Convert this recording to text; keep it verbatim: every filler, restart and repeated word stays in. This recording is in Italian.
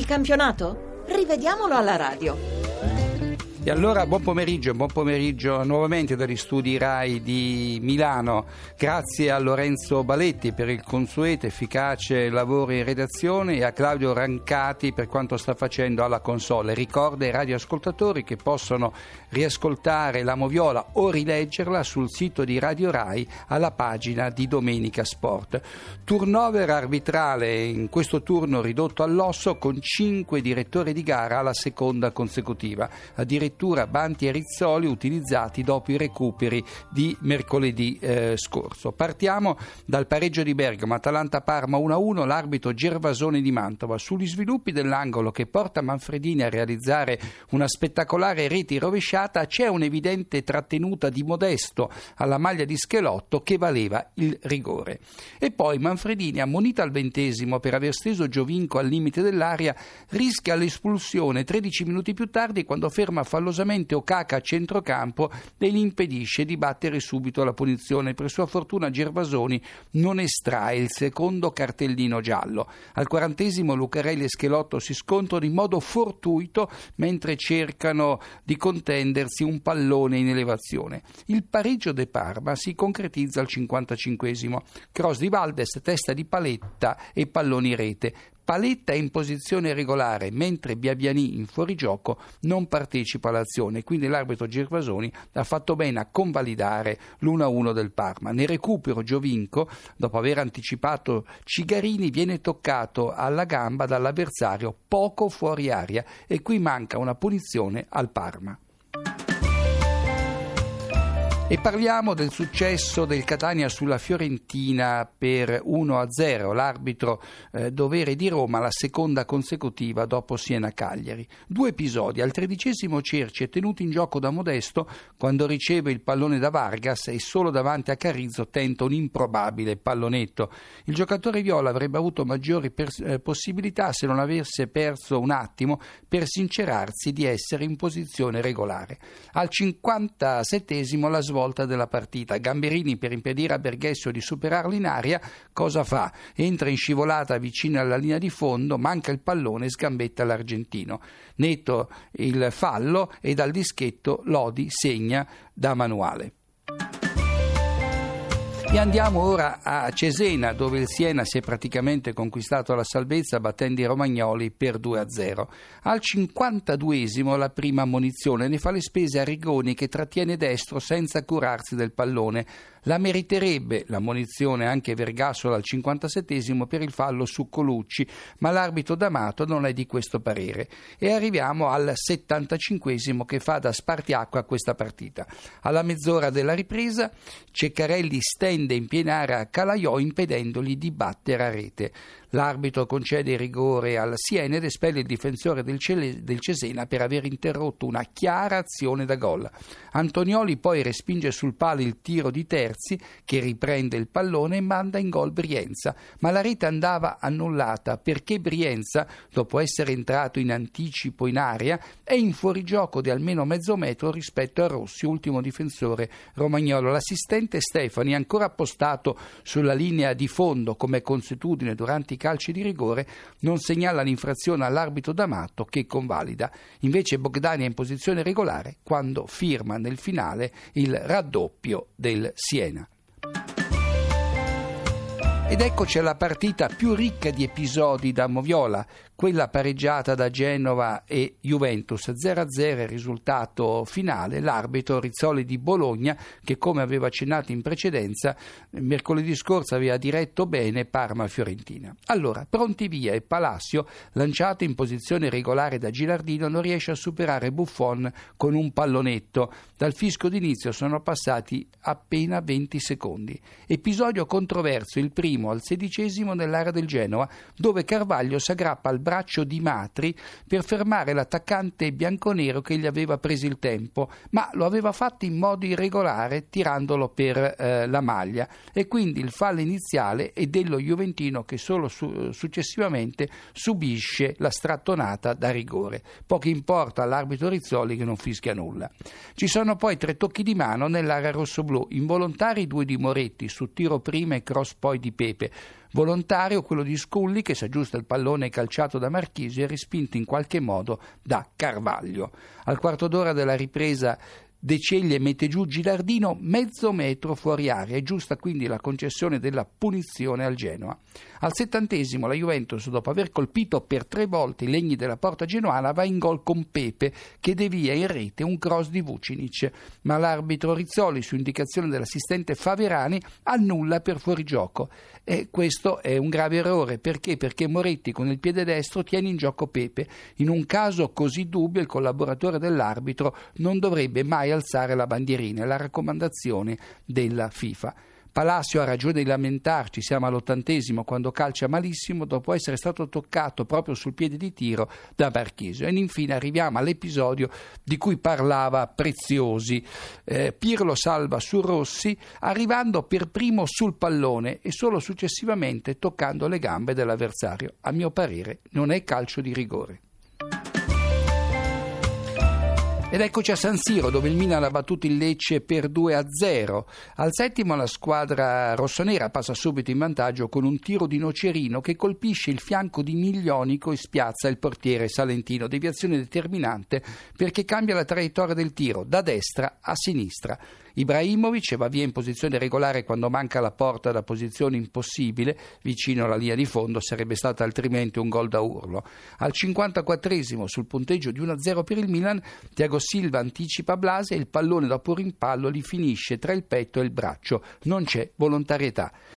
campionato? Rivediamolo alla radio. E allora buon pomeriggio, buon pomeriggio nuovamente dagli studi RAI di Milano. Grazie a Lorenzo Baletti per il consueto efficace lavoro in redazione e a Claudio Rancati per quanto sta facendo alla console. Ricorda ai radioascoltatori che possono riascoltare la Moviola o rileggerla sul sito di Radio RAI alla pagina di Domenica Sport. Turnover arbitrale in questo turno ridotto all'osso con cinque direttori di gara alla seconda consecutiva. Addirittura Banti e Rizzoli utilizzati dopo i recuperi di mercoledì eh, scorso. Partiamo dal pareggio di Bergamo, Atalanta-Parma uno a uno, l'arbitro Gervasoni di Mantova. Sugli sviluppi dell'angolo che porta Manfredini a realizzare una spettacolare rete rovesciata c'è un'evidente trattenuta di Modesto alla maglia di Schelotto che valeva il rigore. E poi Manfredini, ammonito al ventesimo per aver steso Giovinco al limite dell'area, rischia l'espulsione tredici minuti più tardi quando ferma fallosamente Okaka a centrocampo e gli impedisce di battere subito la punizione. Per sua fortuna Gervasoni non estrae il secondo cartellino giallo. Al quarantesimo Lucarelli e Schelotto si scontrano in modo fortuito mentre cercano di contendersi un pallone in elevazione. Il pareggio de Parma si concretizza al cinquantacinquesimo. Cross di Valdes, testa di Paletta e palloni rete. Paletta è in posizione regolare, mentre Biabiani in fuorigioco non partecipa all'azione, quindi l'arbitro Gervasoni ha fatto bene a convalidare l'uno a uno del Parma. Nel recupero Giovinco, dopo aver anticipato Cigarini, viene toccato alla gamba dall'avversario poco fuori aria e qui manca una punizione al Parma. E parliamo del successo del Catania sulla Fiorentina per uno a zero, l'arbitro eh, dovere di Roma, la seconda consecutiva dopo Siena-Cagliari. Due episodi: al tredicesimo Cerci è tenuto in gioco da Modesto quando riceve il pallone da Vargas e solo davanti a Carrizzo tenta un improbabile pallonetto. Il giocatore viola avrebbe avuto maggiori pers- eh, possibilità se non avesse perso un attimo per sincerarsi di essere in posizione regolare. Al cinquantasettesimo la svolta della partita. Gamberini, per impedire a Berghessio di superarlo in aria, cosa fa? Entra in scivolata vicino alla linea di fondo, manca il pallone e sgambetta l'argentino. Netto il fallo e dal dischetto Lodi segna da manuale. E andiamo ora a Cesena, dove il Siena si è praticamente conquistato la salvezza battendo i romagnoli per due a zero. Al cinquantaduesimo la prima ammonizione, ne fa le spese Arrigoni che trattiene destro senza curarsi del pallone. La meriterebbe l'ammonizione anche Vergassola al cinquantasettesimo per il fallo su Colucci, ma l'arbitro D'Amato non è di questo parere. E arriviamo al settantacinquesimo che fa da spartiacque a questa partita. Alla mezz'ora della ripresa Ceccarelli stende in piena area a Calaiò impedendogli di battere a rete. L'arbitro concede il rigore al Siena ed espelle il difensore del, Cele, del Cesena per aver interrotto una chiara azione da gol. Antonioli poi respinge sul palo il tiro di Terzi che riprende il pallone e manda in gol Brienza, ma la rete andava annullata perché Brienza, dopo essere entrato in anticipo in area, è in fuorigioco di almeno mezzo metro rispetto a Rossi, ultimo difensore romagnolo. L'assistente Stefani, ancora appostato sulla linea di fondo come consuetudine durante i calci di rigore, non segnala l'infrazione all'arbitro D'Amato che convalida. Invece Bogdani è in posizione regolare quando firma nel finale il raddoppio del Siena. Ed eccoci alla partita più ricca di episodi da Moviola, quella pareggiata da Genova e Juventus. zero a zero il risultato finale. L'arbitro Rizzoli di Bologna, che come aveva accennato in precedenza, mercoledì scorso aveva diretto bene Parma-Fiorentina. Allora, pronti via, e Palacio, lanciato in posizione regolare da Gilardino, non riesce a superare Buffon con un pallonetto. Dal fischio d'inizio sono passati appena venti secondi. Episodio controverso, il primo al sedicesimo nell'area del Genoa, dove Carvaglio si aggrappa al braccio di Matri per fermare l'attaccante bianconero che gli aveva preso il tempo, ma lo aveva fatto in modo irregolare tirandolo per eh, la maglia, e quindi il fallo iniziale è dello juventino che solo su- successivamente subisce la strattonata da rigore. Poco importa all'arbitro Rizzoli che non fischia nulla. Ci sono poi tre tocchi di mano nell'area rossoblù, involontari due di Moretti su tiro prima e cross poi di Pepe. Volontario quello di Scully, che si aggiusta il pallone calciato da Marchisio e respinto in qualche modo da Carvaglio. Al quarto d'ora della ripresa De Ceglie mette giù Gilardino mezzo metro fuori area e giusta quindi la concessione della punizione al Genoa. Al settantesimo la Juventus, dopo aver colpito per tre volte i legni della porta genoana, va in gol con Pepe che devia in rete un cross di Vucinic, ma l'arbitro Rizzoli, su indicazione dell'assistente Faverani, annulla per fuorigioco. E questo è un grave errore. Perché? Perché Moretti con il piede destro tiene in gioco Pepe. In un caso così dubbio il collaboratore dell'arbitro non dovrebbe mai alzare la bandierina, è la raccomandazione della FIFA. Palacio ha ragione di lamentarci, siamo all'ottantesimo quando calcia malissimo dopo essere stato toccato proprio sul piede di tiro da Marchisio. E infine arriviamo all'episodio di cui parlava Preziosi. Eh, Pirlo salva su Rossi arrivando per primo sul pallone e solo successivamente toccando le gambe dell'avversario. A mio parere non è calcio di rigore. Ed eccoci a San Siro, dove il Milan ha battuto il Lecce per due a zero. Al settimo la squadra rossonera passa subito in vantaggio con un tiro di Nocerino che colpisce il fianco di Miglionico e spiazza il portiere salentino. Deviazione determinante perché cambia la traiettoria del tiro da destra a sinistra. Ibrahimovic va via in posizione regolare quando manca la porta da posizione impossibile, vicino alla linea di fondo, sarebbe stato altrimenti un gol da urlo. Al cinquantaquattresimo, sul punteggio di uno a zero per il Milan, Thiago Silva anticipa Blase e il pallone dopo rimpallo gli finisce tra il petto e il braccio. Non c'è volontarietà.